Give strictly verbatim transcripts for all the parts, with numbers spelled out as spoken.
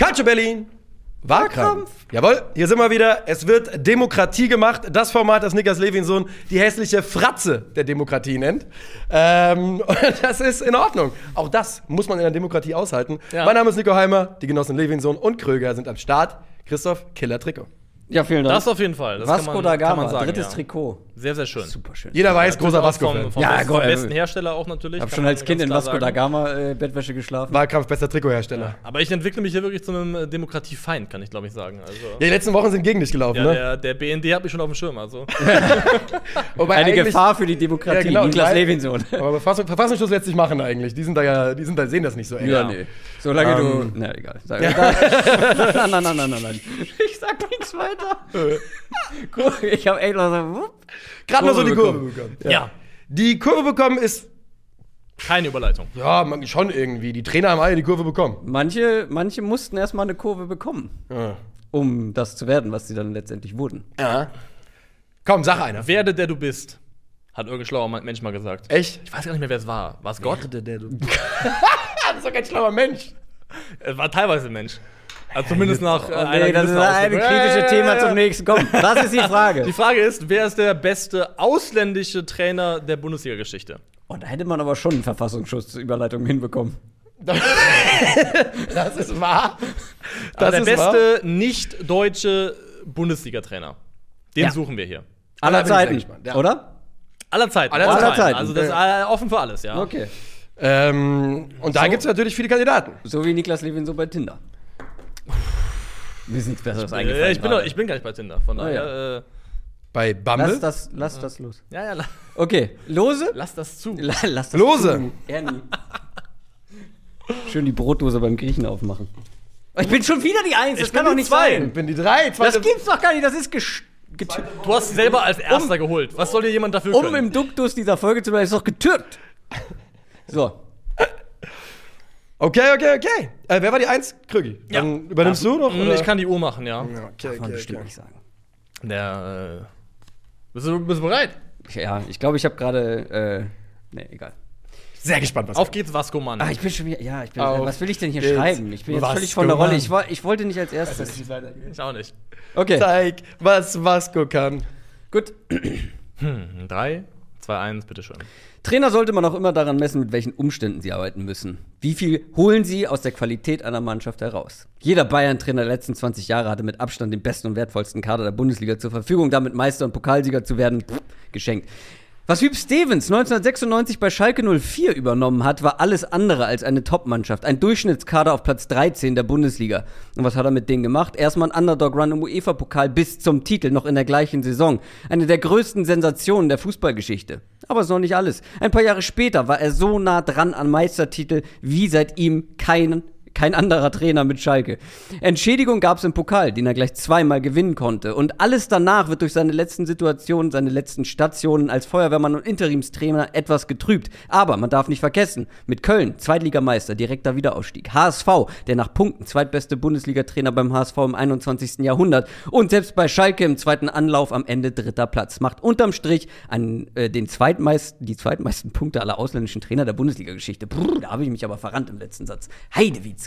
Calcio Berlin. Wahlkampf. Jawohl, hier sind wir wieder. Es wird Demokratie gemacht. Das Format, das Niklas Levinson die hässliche Fratze der Demokratie nennt. Ähm, und das ist in Ordnung. Auch das muss man in der Demokratie aushalten. Ja. Mein Name ist Nico Heimer. Die Genossen Levinson und Kröger sind am Start. Christoph, Killer-Trikot. Ja, vielen Dank. Das auf jeden Fall. Das Vasco kann man, da Gama, kann man sagen, drittes ja. Trikot. Sehr, sehr schön. Super schön. Jeder weiß, ja, großer Vasco-Fan. Vom, vom, ja, besten, vom besten Hersteller auch natürlich. Ich habe schon als Kind in Vasco da Gama äh, Bettwäsche geschlafen. Wahlkampf, bester Trikothersteller. Ja. Aber ich entwickle mich hier wirklich zu einem Demokratiefeind, kann ich glaube ich sagen. Also, ja, die letzten Wochen sind gegen dich gelaufen, ja, ne? Der, der B N D hat mich schon auf dem Schirm. Also. Wobei Eine Gefahr für die Demokratie, ja, genau, Niklas Levinson. Aber Verfassung, Verfassungsschutz lässt sich machen eigentlich. Die sind da ja, die sind da, sehen das nicht so eng. Ja, nee. Solange ähm, du. Na, egal. Sag, ja. nein, nein, nein, nein, nein, nein. Ich sag nichts weiter. Ich hab echt noch so. Gerade noch so die Kurve bekommen. Ja. ja. Die Kurve bekommen ist. Keine Überleitung. Ja, man, schon irgendwie. Die Trainer haben alle die Kurve bekommen. Manche, manche mussten erstmal eine Kurve bekommen, ja. um das zu werden, was sie dann letztendlich wurden. Ja. Komm, sag einer. Werde der du bist, hat irgendein schlauer Mensch mal gesagt. Echt? Ich weiß gar nicht mehr, wer es war. War es Gott? Werde der du bist. Das ist doch kein schlauer Mensch. Es war teilweise ein Mensch. Also zumindest nach oh, äh, einer nee, das ist ein kritisches Thema zum nächsten. Komm, was ist die Frage? Die Frage ist, wer ist der beste ausländische Trainer der Bundesliga-Geschichte? Oh, da hätte man aber schon einen Verfassungsschutzüberleitung hinbekommen. Das ist wahr. Das der ist beste wahr. nicht-deutsche Bundesliga-Trainer. Den Ja. suchen wir hier. Aller Zeiten, ja. oder? Aller Zeiten. Aller All Zeiten. time. Also das ist äh, offen für alles, ja. Okay. Ähm, und da So. gibt es natürlich viele Kandidaten. So wie Niklas Levin so bei Tinder. Mir ist nichts Besseres Äh, eingefallen. ich, bin doch, ich bin gar nicht bei Tinder, von Oh, daher. ja. Äh, Bei Bumble. Lass das, lass das los. ja, ja, la, Okay, lose? lass das zu. La- Lass das Lose. zu. Ernie. Schön die Brotdose beim Griechen aufmachen. Ich bin schon wieder die Eins, das Ich kann bin doch die nicht Zwei. Ich sein. bin die drei. Das gibt's doch gar nicht, das ist gesch- getürkt. Du hast selber als Erster geholt. Was soll dir jemand dafür Um können? im Duktus dieser Folge zu bleiben, ist doch getürkt. So. Okay, okay, okay. Äh, wer war die Eins? Krügi. Dann Ja. übernimmst du noch? Mm, Oder? Ich kann die Uhr machen, ja. Ja, okay, Kann man okay, bestimmt okay. nicht sagen. Der, äh, bist, du, bist du bereit? Ja, ich glaube, ich habe gerade. Äh, nee, egal. Sehr gespannt, was Auf geht's, Vasco Mann. Ach, ich bin schon wieder. Ja, ich bin. Auf was will ich denn hier geht's. schreiben? Ich bin jetzt Was völlig von der gemacht? Rolle. Ich, war, ich wollte nicht als erstes. Ich auch nicht. Okay, Zeig, was Vasco kann. gut. Hm, drei, zwei, eins, bitteschön. Trainer sollte man auch immer daran messen, mit welchen Umständen sie arbeiten müssen. Wie viel holen sie aus der Qualität einer Mannschaft heraus? Jeder Bayern-Trainer der letzten zwanzig Jahre hatte mit Abstand den besten und wertvollsten Kader der Bundesliga zur Verfügung. Damit Meister und Pokalsieger zu werden, pff, geschenkt. Was Hüb Stevens neunzehnhundertsechsundneunzig bei Schalke null vier übernommen hat, war alles andere als eine Top-Mannschaft. Ein Durchschnittskader auf Platz dreizehn der Bundesliga. Und was hat er mit denen gemacht? Erstmal ein Underdog-Run im UEFA-Pokal bis zum Titel, noch in der gleichen Saison. Eine der größten Sensationen der Fußballgeschichte. Aber es ist noch nicht alles. Ein paar Jahre später war er so nah dran an Meistertitel wie seit ihm keinen Kein anderer Trainer mit Schalke. Entschädigung gab es im Pokal, den er gleich zweimal gewinnen konnte. Und alles danach wird durch seine letzten Situationen, seine letzten Stationen als Feuerwehrmann und Interimstrainer etwas getrübt. Aber man darf nicht vergessen, mit Köln, Zweitligameister, direkter Wiederaufstieg. H S V, der nach Punkten zweitbeste Bundesliga-Trainer beim H S V im einundzwanzigsten Jahrhundert. Und selbst bei Schalke im zweiten Anlauf am Ende dritter Platz. Macht unterm Strich an, äh, den zweitmeisten, die zweitmeisten Punkte aller ausländischen Trainer der Bundesliga-Geschichte. Brrr, da habe ich mich aber verrannt im letzten Satz. Heidewitzka.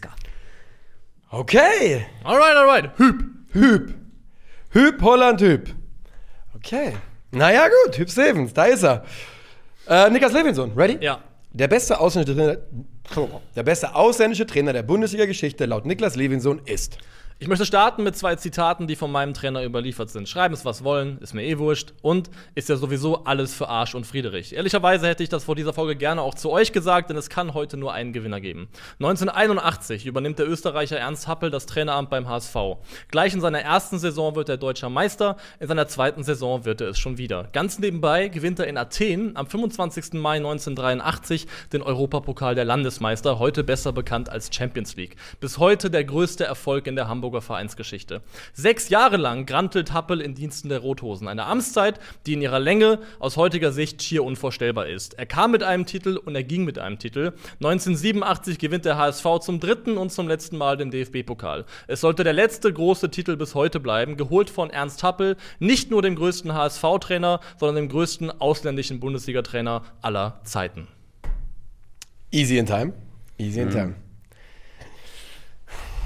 Okay. Alright, alright. Hüb. Hüb. Hüb, Holland, Hüb. Okay. Naja, gut. Hüb Stevens, da ist er. Äh, Niklas Levinson, ready? Ja. Der beste ausländische Trainer, der beste ausländische Trainer der Bundesliga-Geschichte laut Niklas Levinson ist. Ich möchte starten mit zwei Zitaten, die von meinem Trainer überliefert sind. Schreiben es, was wollen, ist mir eh wurscht. Und ist ja sowieso alles für Arsch und Friedrich. Ehrlicherweise hätte ich das vor dieser Folge gerne auch zu euch gesagt, denn es kann heute nur einen Gewinner geben. neunzehnhunderteinundachtzig übernimmt der Österreicher Ernst Happel das Traineramt beim H S V. Gleich in seiner ersten Saison wird er deutscher Meister, in seiner zweiten Saison wird er es schon wieder. Ganz nebenbei gewinnt er in Athen am fünfundzwanzigsten Mai neunzehnhundertdreiundachtzig den Europapokal der Landesmeister, heute besser bekannt als Champions League. Bis heute der größte Erfolg in der Hamburger Vereinsgeschichte. Sechs Jahre lang grantelt Happel in Diensten der Rothosen. Eine Amtszeit, die in ihrer Länge aus heutiger Sicht schier unvorstellbar ist. Er kam mit einem Titel und er ging mit einem Titel. neunzehnhundertsiebenundachtzig gewinnt der H S V zum dritten und zum letzten Mal den D F B-Pokal. Es sollte der letzte große Titel bis heute bleiben, geholt von Ernst Happel, nicht nur dem größten H S V-Trainer, sondern dem größten ausländischen Bundesliga-Trainer aller Zeiten. Easy in time. Easy in time.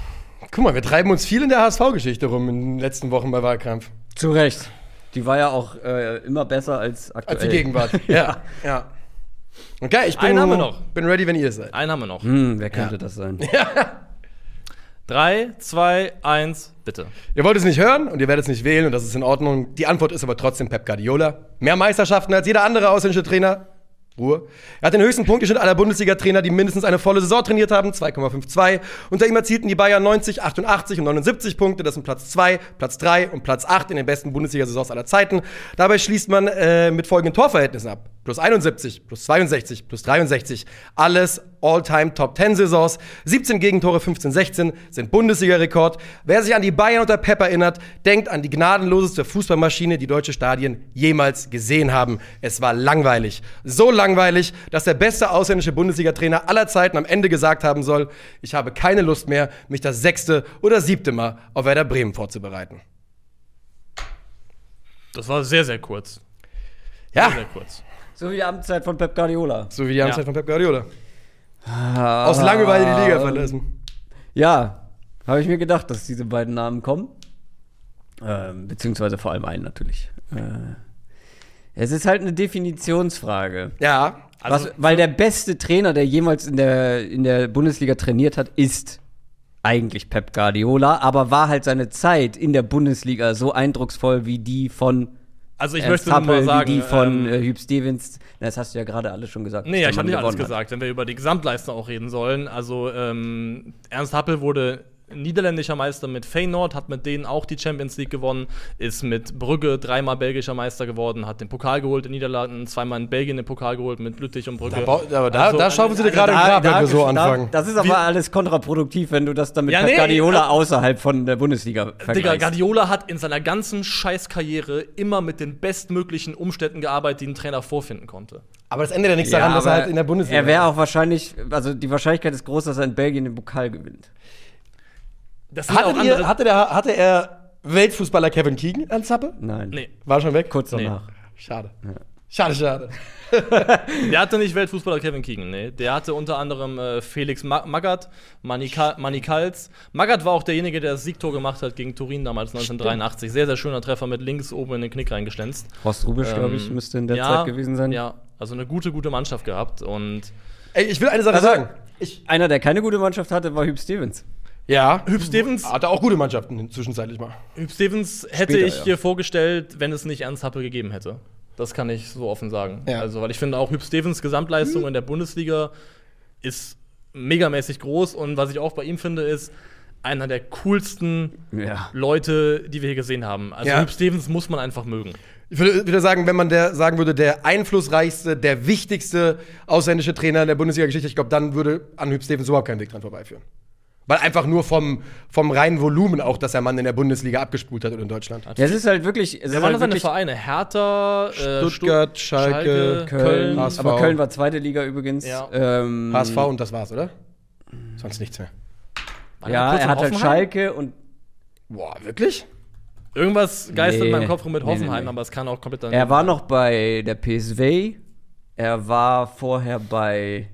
Guck mal, wir treiben uns viel in der H S V-Geschichte rum in den letzten Wochen bei Wahlkampf. Zu Recht. Die war ja auch äh, immer besser als aktuell. Als die Gegenwart. ja, ja. Okay, ich bin, Einen haben wir noch. bin ready, wenn ihr es seid. Einen haben wir noch. Hm, wer könnte Ja. das sein? Drei, zwei, eins, bitte. Ihr wollt es nicht hören und ihr werdet es nicht wählen und das ist in Ordnung. Die Antwort ist aber trotzdem Pep Guardiola. Mehr Meisterschaften als jeder andere ausländische Trainer. Ruhe. Er hat den höchsten Punkteschnitt aller Bundesliga-Trainer, die mindestens eine volle Saison trainiert haben, zwei Komma zweiundfünfzig. Unter ihm erzielten die Bayern neunzig, achtundachtzig und neunundsiebzig Punkte. Das sind Platz zwei, Platz drei und Platz acht in den besten Bundesliga-Saisons aller Zeiten. Dabei schließt man äh, mit folgenden Torverhältnissen ab. Plus einundsiebzig, plus zweiundsechzig, plus dreiundsechzig. Alles All-Time Top-Ten-Saisons. siebzehn Gegentore, fünfzehn sechzehn sind Bundesliga-Rekord. Wer sich an die Bayern unter Pep erinnert, denkt an die gnadenloseste Fußballmaschine, die deutsche Stadien jemals gesehen haben. Es war langweilig. So langweilig, dass der beste ausländische Bundesliga-Trainer aller Zeiten am Ende gesagt haben soll, ich habe keine Lust mehr, mich das sechste oder siebte Mal auf Werder Bremen vorzubereiten. Das war sehr, sehr kurz. Ja, Sehr, sehr kurz. So wie die Amtszeit von Pep Guardiola. so wie die Amtszeit Ja. von Pep Guardiola. Ah, Aus Langeweile die Liga verlassen. Ja, habe ich mir gedacht, dass diese beiden Namen kommen. Ähm, beziehungsweise vor allem einen natürlich. Äh, es ist halt eine Definitionsfrage. Ja, Also, Was, weil der beste Trainer, der jemals in der, in der Bundesliga trainiert hat, ist eigentlich Pep Guardiola, aber war halt seine Zeit in der Bundesliga so eindrucksvoll wie die von also ich Ernst möchte nur mal Happel, sagen, wie die von ähm, äh, Hüb Stevens. Na, das hast du ja gerade alles schon gesagt. Nee, dass ja, der ich habe Mann nicht alles gewonnen hat. gesagt, wenn wir über die Gesamtleistung auch reden sollen. Also ähm, Ernst Happel wurde niederländischer Meister mit Feyenoord, hat mit denen auch die Champions League gewonnen, ist mit Brügge dreimal belgischer Meister geworden, hat den Pokal geholt in Niederlanden, zweimal in Belgien den Pokal geholt mit Lüttich und Brügge. Da, bau- aber da, Also, da schaufeln sie dir also gerade im Grab, wenn Da- wir so da- anfangen. Das ist aber Wie- alles kontraproduktiv, wenn du das dann mit Ja, Pep nee, Guardiola also- außerhalb von der Bundesliga Digga, vergleichst. Guardiola hat in seiner ganzen Scheißkarriere immer mit den bestmöglichen Umständen gearbeitet, die ein Trainer vorfinden konnte. Aber das ändert ja nichts daran, dass er aber halt in der Bundesliga Er wäre ist. auch wahrscheinlich, also die Wahrscheinlichkeit ist groß, dass er in Belgien den Pokal gewinnt. Das sind auch Hattet andere. ihr, hatte, der, hatte er Weltfußballer Kevin Keegan an Zappe? Nein. nee, War schon weg? Kurz Nee. danach. Schade. Schade, schade. der hatte nicht Weltfußballer Kevin Keegan, nee. Der hatte unter anderem äh, Felix Ma Magath, Manika Manikals. Magath war auch derjenige, der das Siegtor gemacht hat gegen Turin damals neunzehnhundertdreiundachtzig. Sehr, sehr schöner Treffer mit links oben in den Knick reingeschlänzt. Horst Rubisch, Ähm, glaube ich, müsste in der ja, Zeit gewesen sein. Ja, also eine gute, gute Mannschaft gehabt. Und Ey, ich will eine Sache Also- sagen. Ich, Einer, der keine gute Mannschaft hatte, war Hüb Stevens. ja. Hüb Stevens, Hatte auch gute Mannschaften zwischenzeitlich mal. Hüb Stevens hätte Später, ich ja. hier vorgestellt, wenn es nicht Ernst Happel gegeben hätte. Das kann ich so offen sagen. Ja. Also, weil ich finde auch Hüb Stevens Gesamtleistung in der Bundesliga ist megamäßig groß. Und was ich auch bei ihm finde, ist einer der coolsten Ja. Leute, die wir hier gesehen haben. Also Ja. Hüb Stevens muss man einfach mögen. Ich würde wieder sagen, wenn man der sagen würde, der einflussreichste, der wichtigste ausländische Trainer in der Bundesliga-Geschichte, ich glaube, dann würde an Hüb Stevens überhaupt kein Weg dran vorbeiführen. Weil einfach nur vom, vom reinen Volumen auch, dass der Mann in der Bundesliga abgespult hat und in Deutschland. Ja, es ist halt wirklich. Es Wer ist waren halt das seine wirklich Vereine? Hertha, äh, Stuttgart, Stutt- Schalke, Köln. H S V. Aber Köln war zweite Liga übrigens. Ja. Ähm, H S V und das war's, oder? Sonst nichts mehr. War Ja, kurz er in hat halt Hoffenheim? Schalke und. Boah, wirklich? Irgendwas geistert Nee. in meinem Kopf rum mit Nee, nee, Hoffenheim, nee. aber es kann auch komplett dann. Er war noch bei der P S V. Er war vorher bei.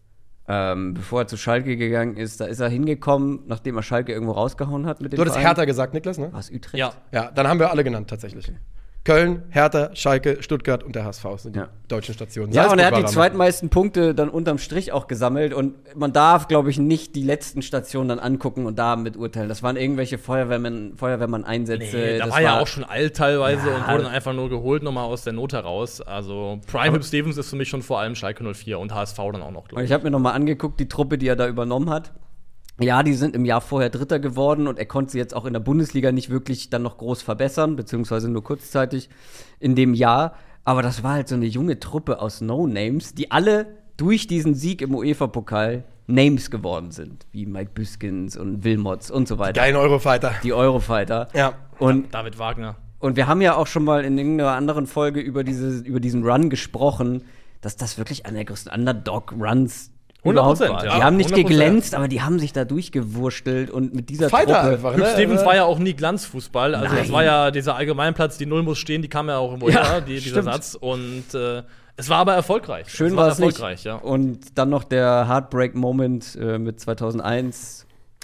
Ähm, bevor er zu Schalke gegangen ist, da ist er hingekommen, nachdem er Schalke irgendwo rausgehauen hat mit dem Du hattest Verein. Hertha gesagt, Niklas, ne? Was, Utrecht? Ja. Ja, dann haben wir alle genannt, tatsächlich. Köln, Hertha, Schalke, Stuttgart und der H S V sind die Ja. deutschen Stationen. Ja, und er hat die Salzburg war zweitmeisten Punkte dann unterm Strich auch gesammelt und man darf, glaube ich, nicht die letzten Stationen dann angucken und da mit urteilen. Das waren irgendwelche Feuerwehrmann, Feuerwehrmann-Einsätze. Nee, da das war ja auch schon alt teilweise Ja. und wurde dann einfach nur geholt nochmal aus der Not heraus. Also Prime Hüb Stevens ist für mich schon vor allem Schalke null vier und H S V dann auch noch, Und glaube ich. ich habe mir nochmal angeguckt, die Truppe, die er da übernommen hat. Ja, die sind im Jahr vorher Dritter geworden und er konnte sie jetzt auch in der Bundesliga nicht wirklich dann noch groß verbessern, beziehungsweise nur kurzzeitig in dem Jahr. Aber das war halt so eine junge Truppe aus No-Names, die alle durch diesen Sieg im UEFA-Pokal Names geworden sind. Wie Mike Büskens und Wilmots und so weiter. Geilen Eurofighter. Die Eurofighter. Ja. Und, David Wagner. und wir haben ja auch schon mal in irgendeiner anderen Folge über, diese, über diesen Run gesprochen, dass das wirklich einer der größten Underdog-Runs hundert überhaupt Prozent, war. ja. Die haben nicht hundert Prozent. geglänzt, aber die haben sich da durchgewurstelt und mit dieser Fighter Truppe. einfach, Hüb ne? Stevens war ja auch nie Glanzfußball. Also Nein. das war ja dieser Allgemeinplatz, die Null muss stehen, die kam ja auch irgendwo Ja, her, die, dieser stimmt. Satz. Und äh, es war aber erfolgreich. Schön es war es nicht. erfolgreich, ja. Und dann noch der Heartbreak-Moment äh, mit zweitausendeins.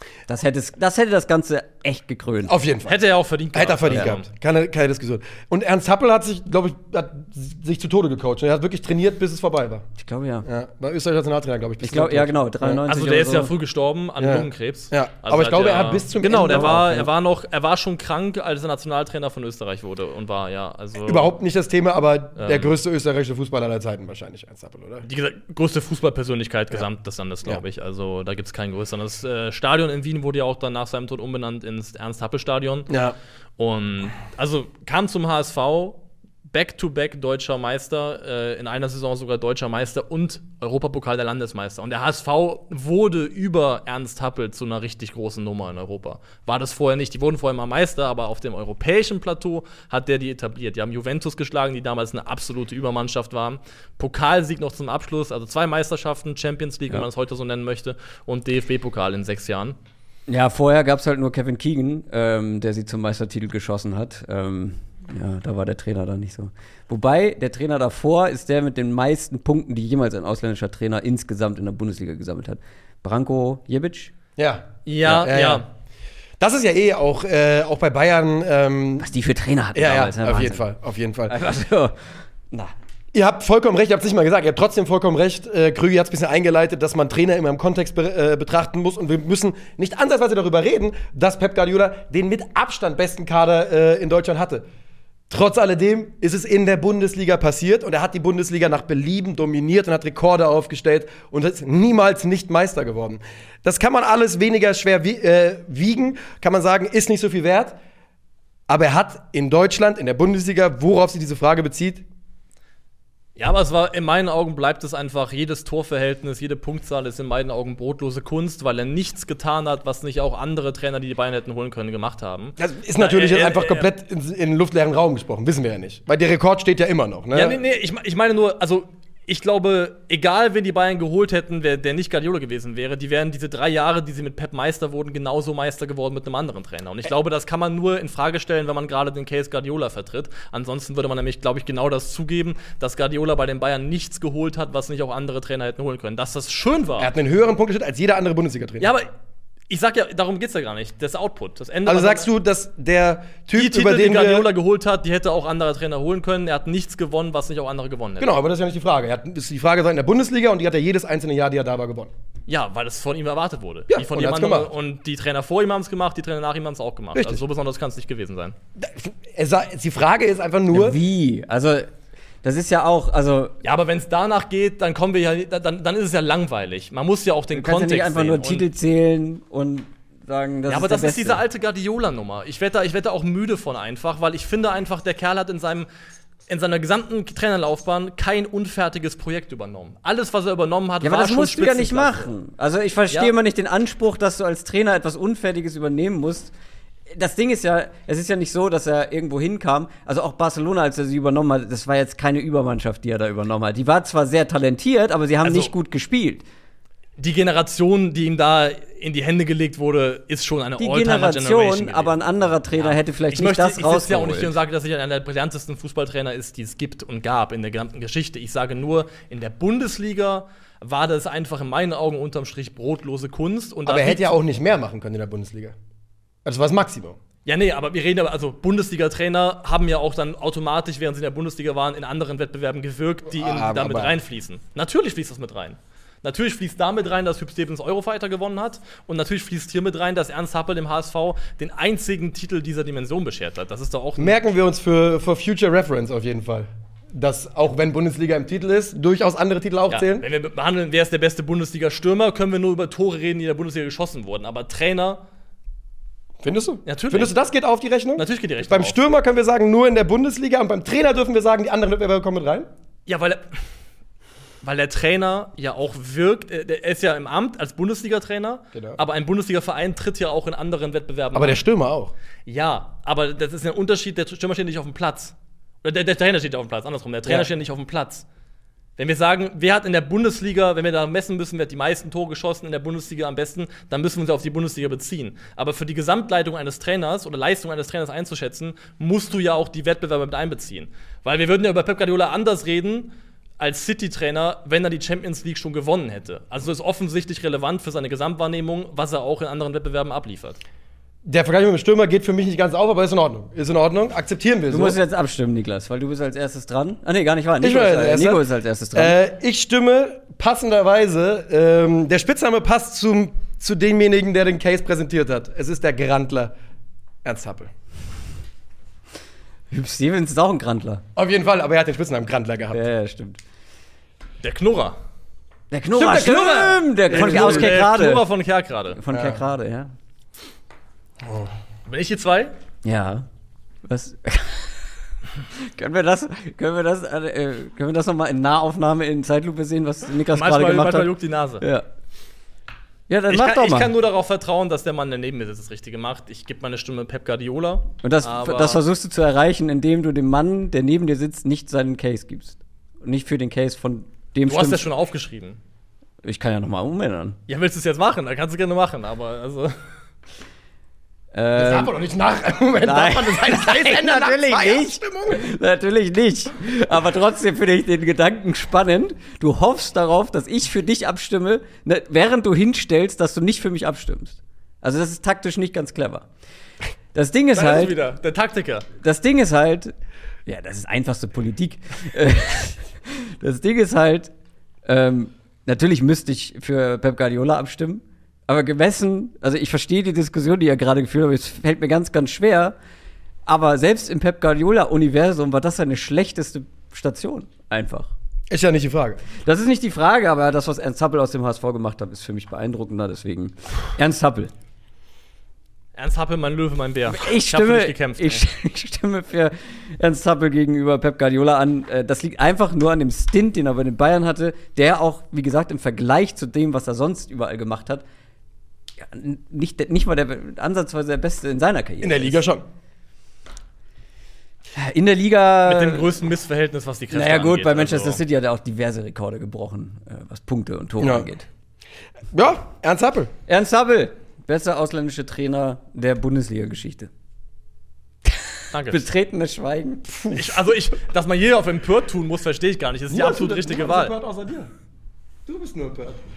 Das hätte, es, das hätte das Ganze echt gekrönt. Auf jeden Fall. Hätte er auch verdient gehabt. Hätte er verdient ja. gehabt. Keine, keine Diskussion. Und Ernst Happel hat sich, glaube ich, hat sich zu Tode gecoacht. Er hat wirklich trainiert, bis es vorbei war. Ich glaube, ja. ja. War Österreicher Nationaltrainer, glaube ich. Ich glaube, ja, genau. dreiundneunzig Also der ist so. ja früh gestorben an ja. Lungenkrebs. Ja. Also aber ich glaube, er er hat bis zum Genau, Ende der war, auch, ja. er war noch, er war schon krank, als er Nationaltrainer von Österreich wurde und war, ja, also. Überhaupt nicht das Thema, aber ähm, der größte österreichische Fußballer aller Zeiten wahrscheinlich, Ernst Happel, oder? Die größte Fußballpersönlichkeit ja. gesamt des Landes, glaube ja. ich. Also da gibt es kein größeres. Das äh, Stadion in Wien wurde ja auch dann nach seinem Tod umbenannt ins Ernst-Happel-Stadion. Ja. Und also kam zum H S V, Back-to-back deutscher Meister, äh, in einer Saison sogar deutscher Meister und Europapokal der Landesmeister. Und der H S V wurde über Ernst Happel zu einer richtig großen Nummer in Europa. War das vorher nicht. Die wurden vorher mal Meister, aber auf dem europäischen Plateau hat der die etabliert. Die haben Juventus geschlagen, die damals eine absolute Übermannschaft waren. Pokalsieg noch zum Abschluss, also zwei Meisterschaften, Champions League, ja. wenn man es heute so nennen möchte, und D F B-Pokal in sechs Jahren. Ja, vorher gab es halt nur Kevin Keegan, ähm, der sie zum Meistertitel geschossen hat. Ähm, ja, da war der Trainer dann nicht so. Wobei, der Trainer davor ist der mit den meisten Punkten, die jemals ein ausländischer Trainer insgesamt in der Bundesliga gesammelt hat. Branko Jebic? Ja. Ja, ja. ja. ja. Das ist ja eh auch, äh, auch bei Bayern. Ähm, Was die für Trainer hatten ja, damals. Ja, ne? auf Wahnsinn. jeden Fall, auf jeden Fall. Also, na. Ihr habt vollkommen recht, ihr habt es nicht mal gesagt, ihr habt trotzdem vollkommen recht. Äh, Krügi hat es ein bisschen eingeleitet, dass man Trainer immer im Kontext be äh, betrachten muss. Und wir müssen nicht ansatzweise darüber reden, dass Pep Guardiola den mit Abstand besten Kader äh, in Deutschland hatte. Trotz alledem ist es in der Bundesliga passiert und er hat die Bundesliga nach Belieben dominiert und hat Rekorde aufgestellt und ist niemals nicht Meister geworden. Das kann man alles weniger schwer wie äh, wiegen, kann man sagen, ist nicht so viel wert. Aber er hat in Deutschland, in der Bundesliga, worauf sich diese Frage bezieht, ja, aber es war, in meinen Augen bleibt es einfach, jedes Torverhältnis, jede Punktzahl ist in meinen Augen brotlose Kunst, weil er nichts getan hat, was nicht auch andere Trainer, die die Bayern hätten holen können, gemacht haben. Das ist natürlich Na, jetzt äh, einfach äh, komplett in, in den luftleeren Raum gesprochen, wissen wir ja nicht. Weil der Rekord steht ja immer noch, ne? Ja, nee, nee, ich, ich meine nur, also ich glaube, egal wen die Bayern geholt hätten, wer, der nicht Guardiola gewesen wäre, die wären diese drei Jahre, die sie mit Pep Meister wurden, genauso Meister geworden mit einem anderen Trainer. Und ich glaube, das kann man nur in Frage stellen, wenn man gerade den Case Guardiola vertritt. Ansonsten würde man nämlich, glaube ich, genau das zugeben, dass Guardiola bei den Bayern nichts geholt hat, was nicht auch andere Trainer hätten holen können. Dass das schön war. Er hat einen höheren Punkteschnitt als jeder andere Bundesliga-Trainer. Ja, aber ich sag ja, darum geht's ja gar nicht. Das Output, das Ende. Also sagst du, dass der Typ, die Titel, über den die Guardiola wir geholt hat, die hätte auch andere Trainer holen können. Er hat nichts gewonnen, was nicht auch andere gewonnen hätten. Genau, aber das ist ja nicht die Frage. Er hat, das ist die Frage in der Bundesliga und die hat er jedes einzelne Jahr, die er da war, gewonnen. Ja, weil es von ihm erwartet wurde. Ja, die von und, ihm er hat's andere, gemacht. und die Trainer vor ihm haben es gemacht, die Trainer nach ihm haben es auch gemacht. Richtig. Also so besonders kann es nicht gewesen sein. Er sagt, die Frage ist einfach nur, wie? Also, das ist ja auch, also Ja, aber wenn es danach geht, dann kommen wir ja, dann, dann ist es ja langweilig. Man muss ja auch den du kannst Kontext ja nicht einfach sehen. nur Und- Titel zählen und sagen, das Ja, aber ist das der ist Beste. diese alte Guardiola-Nummer. Ich werde da, ich werd da auch müde von einfach, weil ich finde einfach, der Kerl hat in seinem in seiner gesamten Trainerlaufbahn kein unfertiges Projekt übernommen. Alles, was er übernommen hat, Ja, aber war das schon musst du ja nicht Spitzenklasse. machen. Also ich verstehe Ja. immer nicht den Anspruch, dass du als Trainer etwas Unfertiges übernehmen musst. Das Ding ist ja, es ist ja nicht so, dass er irgendwo hinkam. Also auch Barcelona, als er sie übernommen hat, das war jetzt keine Übermannschaft, die er da übernommen hat. Die war zwar sehr talentiert, aber sie haben Also- nicht gut gespielt. Die Generation, die ihm da in die Hände gelegt wurde, ist schon eine Die All-Time-Generation Generation, aber ein anderer Trainer Ja. hätte vielleicht ich nicht möchte, das ich sitze ja auch nicht hier und rausgeholt. sage, dass er einer der brillantesten Fußballtrainer ist, die es gibt und gab in der gesamten Geschichte. Ich sage nur, in der Bundesliga war das einfach in meinen Augen unterm Strich brotlose Kunst. Und aber da er hätte liegt- ja auch nicht mehr machen können in der Bundesliga. Also das war das Maximum. Ja, nee, aber wir reden aber, also Bundesliga-Trainer haben ja auch dann automatisch, während sie in der Bundesliga waren, in anderen Wettbewerben gewirkt, die in, Ah, damit aber- reinfließen. Natürlich fließt das mit rein. Natürlich fließt damit rein, dass Hüb Stevens Eurofighter gewonnen hat. Und natürlich fließt hier mit rein, dass Ernst Happel dem H S V den einzigen Titel dieser Dimension beschert hat. Das ist doch auch ein Merken wir uns für, für Future Reference auf jeden Fall. Dass auch wenn Bundesliga im Titel ist, durchaus andere Titel auch Ja, zählen. wenn wir behandeln, wer ist der beste Bundesliga-Stürmer, können wir nur über Tore reden, die in der Bundesliga geschossen wurden. Aber Trainer, Findest du? Natürlich. Findest du, das geht auf die Rechnung? natürlich geht die Rechnung Beim auf. Stürmer können wir sagen, nur in der Bundesliga und beim Trainer dürfen wir sagen, die anderen Wettbewerbe kommen mit rein. Ja, weil, er, weil der Trainer ja auch wirkt, äh, der ist ja im Amt als Bundesliga-Trainer, Genau. aber ein Bundesliga-Verein tritt ja auch in anderen Wettbewerben Aber an. der Stürmer auch. Ja, aber das ist ein Unterschied, der Stürmer steht nicht auf dem Platz. Oder der, der Trainer steht auf dem Platz, andersrum, der Trainer Ja. steht nicht auf dem Platz. Wenn wir sagen, wer hat in der Bundesliga, wenn wir da messen müssen, wer hat die meisten Tore geschossen in der Bundesliga am besten, dann müssen wir uns auf die Bundesliga beziehen. Aber für die Gesamtleitung eines Trainers oder Leistung eines Trainers einzuschätzen, musst du ja auch die Wettbewerbe mit einbeziehen. Weil wir würden ja über Pep Guardiola anders reden, als City-Trainer, wenn er die Champions League schon gewonnen hätte. Also ist offensichtlich relevant für seine Gesamtwahrnehmung, was er auch in anderen Wettbewerben abliefert. Der Vergleich mit dem Stürmer geht für mich nicht ganz auf, aber ist in Ordnung. Ist in Ordnung, akzeptieren wir Du so. musst jetzt abstimmen, Niklas, weil du bist als erstes dran. Ah, nee, gar nicht wahr. Nico, Ich bin ist, als äh, Erster. Nico ist als erstes dran. Äh, ich stimme passenderweise, ähm, der Spitzname passt zum, zu demjenigen, der den Case präsentiert hat. Es ist der Grandler Ernst Happel. Hüb Stevens ist auch ein Grandler. Auf jeden Fall, aber er hat den Spitznamen Grandler gehabt. Ja, ja, stimmt. Der Knurrer. Der Knurrer, Stimmt, der Knurrer. stimmt, der, von Der aus Kerkrade. Knurrer von Kerkrade. Von Ja. Kerkrade, ja. Bin ich die zwei? Ja. Was? können wir das, können wir das, äh, können wir das nochmal in Nahaufnahme in Zeitlupe sehen, was Niklas gerade Manchmal, gemacht manchmal hat? juckt die Nase. Ja. Ja, dann Ich mach kann, doch ich mal. kann nur darauf vertrauen, dass der Mann, der neben mir sitzt, das Richtige macht. Ich gebe meine Stimme Pep Guardiola. Und das, aber das versuchst du zu erreichen, indem du dem Mann, der neben dir sitzt, nicht seinen Case gibst. Und nicht für den Case von dem Du hast ja stimmt- schon aufgeschrieben. Ich kann ja nochmal umändern. Ja, willst du es jetzt machen? Dann kannst du gerne machen, aber also. Das darf Ähm, man doch nicht nach. Moment, nein. darf man das seinen Case ändern nach Natürlich zwei nicht. Abstimmungen? Natürlich nicht. Aber trotzdem finde ich den Gedanken spannend. Du hoffst darauf, dass ich für dich abstimme, ne, während du hinstellst, dass du nicht für mich abstimmst. Also das ist taktisch nicht ganz clever. Das Ding ist Da ist halt, wieder der Taktiker. das Ding ist halt, ja, das ist einfachste Politik. Äh, das Ding ist halt, ähm, natürlich müsste ich für Pep Guardiola abstimmen, aber gemessen, also ich verstehe die Diskussion, die ihr gerade geführt habt, es fällt mir ganz, ganz schwer, aber selbst im Pep Guardiola-Universum war das seine schlechteste Station, einfach. Ist ja nicht die Frage. Das ist nicht die Frage, aber das, was Ernst Happel aus dem H S V gemacht hat, ist für mich beeindruckender, deswegen Ernst Happel. Ernst Happel, mein Löwe, mein Bär. Ich hab für stimme, dich gekämpft. ich, ich stimme für Ernst Happel gegenüber Pep Guardiola an. Äh, Das liegt einfach nur an dem Stint, den er bei den Bayern hatte, der auch, wie gesagt, im Vergleich zu dem, was er sonst überall gemacht hat, ja, nicht, nicht mal der ansatzweise der Beste in seiner Karriere In der Liga ist. schon. In der Liga. Mit dem größten Missverhältnis, was die Kräfte Naja, gut, angeht. bei Manchester also. City hat er auch diverse Rekorde gebrochen, äh, was Punkte und Tore Ja. angeht. Ja, Ernst Happel. Ernst Happel, bester ausländische Trainer der Bundesliga-Geschichte. Danke. Betretenes Schweigen. Ich, also ich, dass man hier auf empört tun muss, verstehe ich gar nicht. Das ist die absolut richtige Wahl. Außer dir. Du bist nur empört.